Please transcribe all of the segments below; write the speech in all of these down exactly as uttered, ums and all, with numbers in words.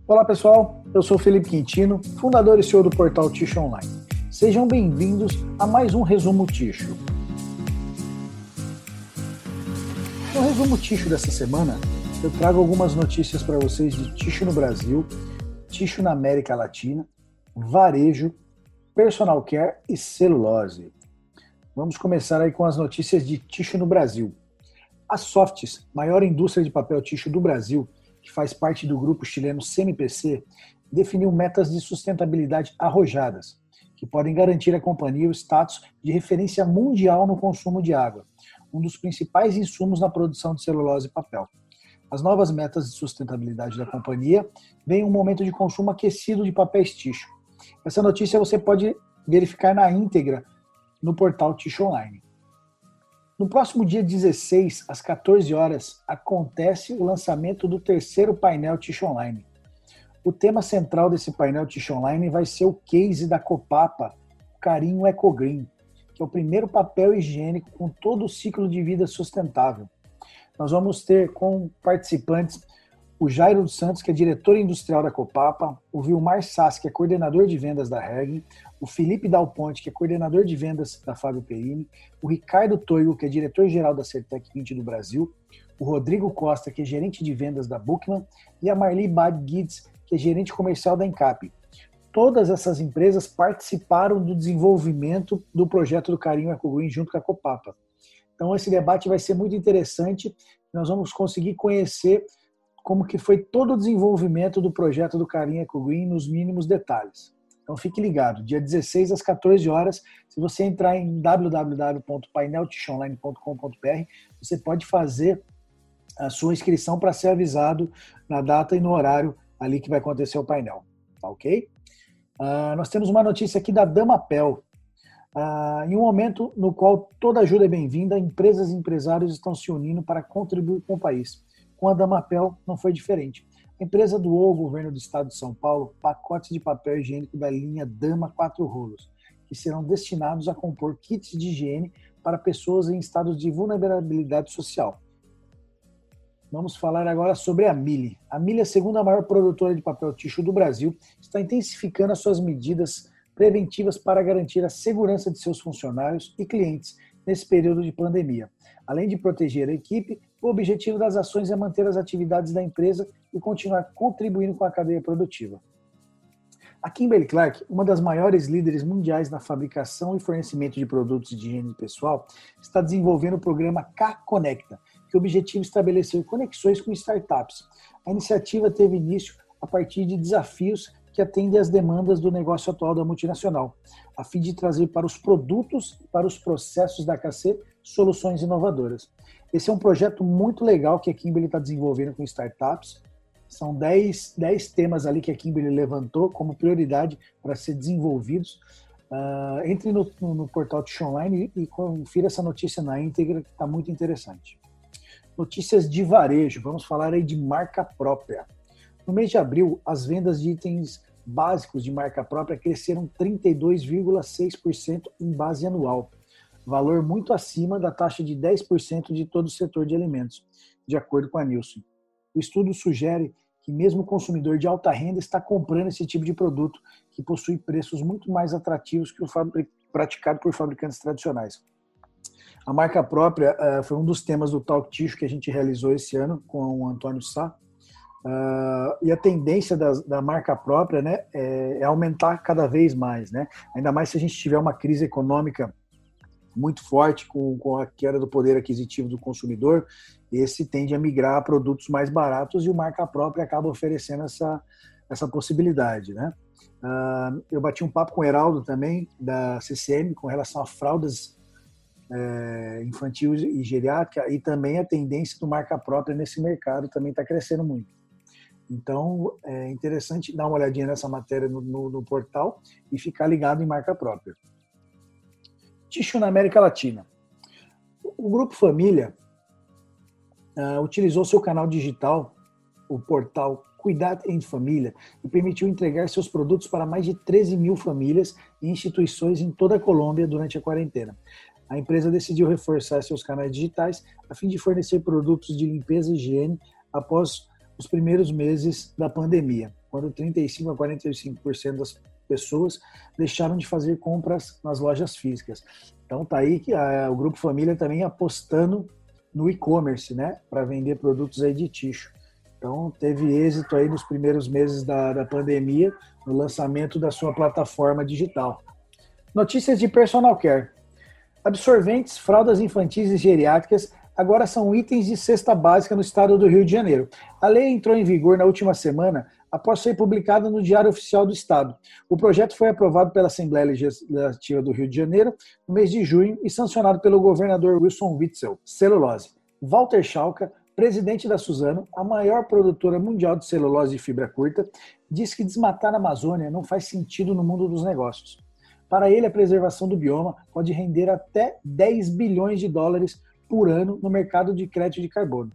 Olá pessoal, eu sou Felipe Quintino, fundador e C E O do portal Tissue Online. Sejam bem-vindos a mais um Resumo Tissue. No Resumo Tissue dessa semana, eu trago algumas notícias para vocês de tissue no Brasil, tissue na América Latina, varejo, personal care e celulose. Vamos começar aí com as notícias de tissue no Brasil. A Softs, maior indústria de papel tissue do Brasil, que faz parte do grupo chileno C M P C, definiu metas de sustentabilidade arrojadas, que podem garantir à companhia o status de referência mundial no consumo de água, um dos principais insumos na produção de celulose e papel. As novas metas de sustentabilidade da companhia vêm em um momento de consumo aquecido de papéis tissue. Essa notícia você pode verificar na íntegra no portal Tissue Online. No próximo dia dezesseis, às quatorze horas, acontece o lançamento do terceiro painel Tissue Online. O tema central desse painel Tissue Online vai ser o case da Copapa, o Carinho EcoGreen, que é o primeiro papel higiênico com todo o ciclo de vida sustentável. Nós vamos ter como participantes o Jairo dos Santos, que é diretor industrial da Copapa, o Vilmar Sassi, que é coordenador de vendas da Reg, o Felipe Dal Ponte, que é coordenador de vendas da Fábio Perini, o Ricardo Toigo, que é diretor-geral da Certec vinte do Brasil, o Rodrigo Costa, que é gerente de vendas da Bookman, e a Marli Bad Guides, que é gerente comercial da Encap. Todas essas empresas participaram do desenvolvimento do projeto do Carinho EcoGreen junto com a Copapa. Então esse debate vai ser muito interessante, nós vamos conseguir conhecer como que foi todo o desenvolvimento do projeto do Carinho EcoGreen nos mínimos detalhes. Então fique ligado, dia dezesseis às quatorze horas, se você entrar em w w w ponto painel tissue online ponto com ponto b r, você pode fazer a sua inscrição para ser avisado na data e no horário ali que vai acontecer o painel, tá ok? Uh, nós temos uma notícia aqui da Damapel. Uh, em um momento no qual toda ajuda é bem-vinda, empresas e empresários estão se unindo para contribuir com o país. Com a Damapel não foi diferente. A empresa doou ao governo do estado de São Paulo pacotes de papel higiênico da linha Dama quatro rolos, que serão destinados a compor kits de higiene para pessoas em estados de vulnerabilidade social. Vamos falar agora sobre a Mille. A Mille, a segunda maior produtora de papel tissue do Brasil, está intensificando as suas medidas preventivas para garantir a segurança de seus funcionários e clientes nesse período de pandemia. Além de proteger a equipe, o objetivo das ações é manter as atividades da empresa e continuar contribuindo com a cadeia produtiva. A Kimberly-Clark, uma das maiores líderes mundiais na fabricação e fornecimento de produtos de higiene pessoal, está desenvolvendo o programa K-Conecta, que objetiva estabelecer conexões com startups. A iniciativa teve início a partir de desafios que atendem às demandas do negócio atual da multinacional, a fim de trazer para os produtos e para os processos da K C soluções inovadoras. Esse é um projeto muito legal que a Kimberly está desenvolvendo com startups. São dez temas ali que a Kimberly levantou como prioridade para ser desenvolvidos. Uh, entre no, no, no portal Tissue Online e, e confira essa notícia na íntegra, que está muito interessante. Notícias de varejo, vamos falar aí de marca própria. No mês de abril, as vendas de itens básicos de marca própria cresceram trinta e dois vírgula seis por cento em base anual, valor muito acima da taxa de dez por cento de todo o setor de alimentos, de acordo com a Nielsen. O estudo sugere que mesmo o consumidor de alta renda está comprando esse tipo de produto, que possui preços muito mais atrativos que o praticado por fabricantes tradicionais. A marca própria uh, foi um dos temas do Talk Tissue que a gente realizou esse ano com o Antônio Sá. Uh, e a tendência da, da marca própria, né, é, é aumentar cada vez mais, né? Ainda mais se a gente tiver uma crise econômica muito forte com, com a queda do poder aquisitivo do consumidor, esse tende a migrar a produtos mais baratos e o marca própria acaba oferecendo essa, essa possibilidade, né? Uh, eu bati um papo com o Heraldo também, da C C M, com relação a fraldas é, infantil e geriátrica, e também a tendência do marca própria nesse mercado também está crescendo muito. Então, é interessante dar uma olhadinha nessa matéria no, no, no portal e ficar ligado em marca própria. Tissue na América Latina. O Grupo Família uh, utilizou seu canal digital, o portal Cuidar em Família, e permitiu entregar seus produtos para mais de treze mil famílias e instituições em toda a Colômbia durante a quarentena. A empresa decidiu reforçar seus canais digitais a fim de fornecer produtos de limpeza e higiene após os primeiros meses da pandemia, quando trinta e cinco a quarenta e cinco por cento das pessoas deixaram de fazer compras nas lojas físicas. Então tá aí que a, o Grupo Família também apostando no e-commerce, né, para vender produtos aí de tixo. Então teve êxito aí nos primeiros meses da, da pandemia no lançamento da sua plataforma digital. Notícias de personal care. Absorventes, fraldas infantis e geriátricas agora são itens de cesta básica no estado do Rio de Janeiro. A lei entrou em vigor na última semana após ser publicada no Diário Oficial do Estado. O projeto foi aprovado pela Assembleia Legislativa do Rio de Janeiro no mês de junho e sancionado pelo governador Wilson Witzel. Celulose. Walter Schalka, presidente da Suzano, a maior produtora mundial de celulose e fibra curta, diz que desmatar a Amazônia não faz sentido no mundo dos negócios. Para ele, a preservação do bioma pode render até dez bilhões de dólares por ano no mercado de crédito de carbono.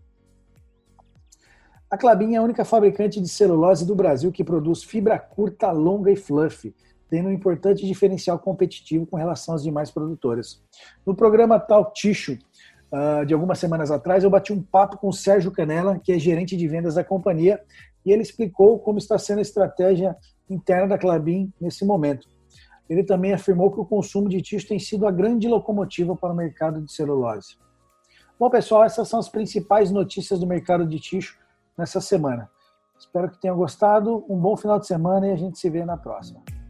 A Klabin é a única fabricante de celulose do Brasil que produz fibra curta, longa e fluffy, tendo um importante diferencial competitivo com relação às demais produtoras. No programa Talk Tissue, de algumas semanas atrás, eu bati um papo com o Sérgio Canella, que é gerente de vendas da companhia, e ele explicou como está sendo a estratégia interna da Klabin nesse momento. Ele também afirmou que o consumo de tixo tem sido a grande locomotiva para o mercado de celulose. Bom, pessoal, essas são as principais notícias do mercado de tixo nessa semana. Espero que tenham gostado. Um bom final de semana e a gente se vê na próxima.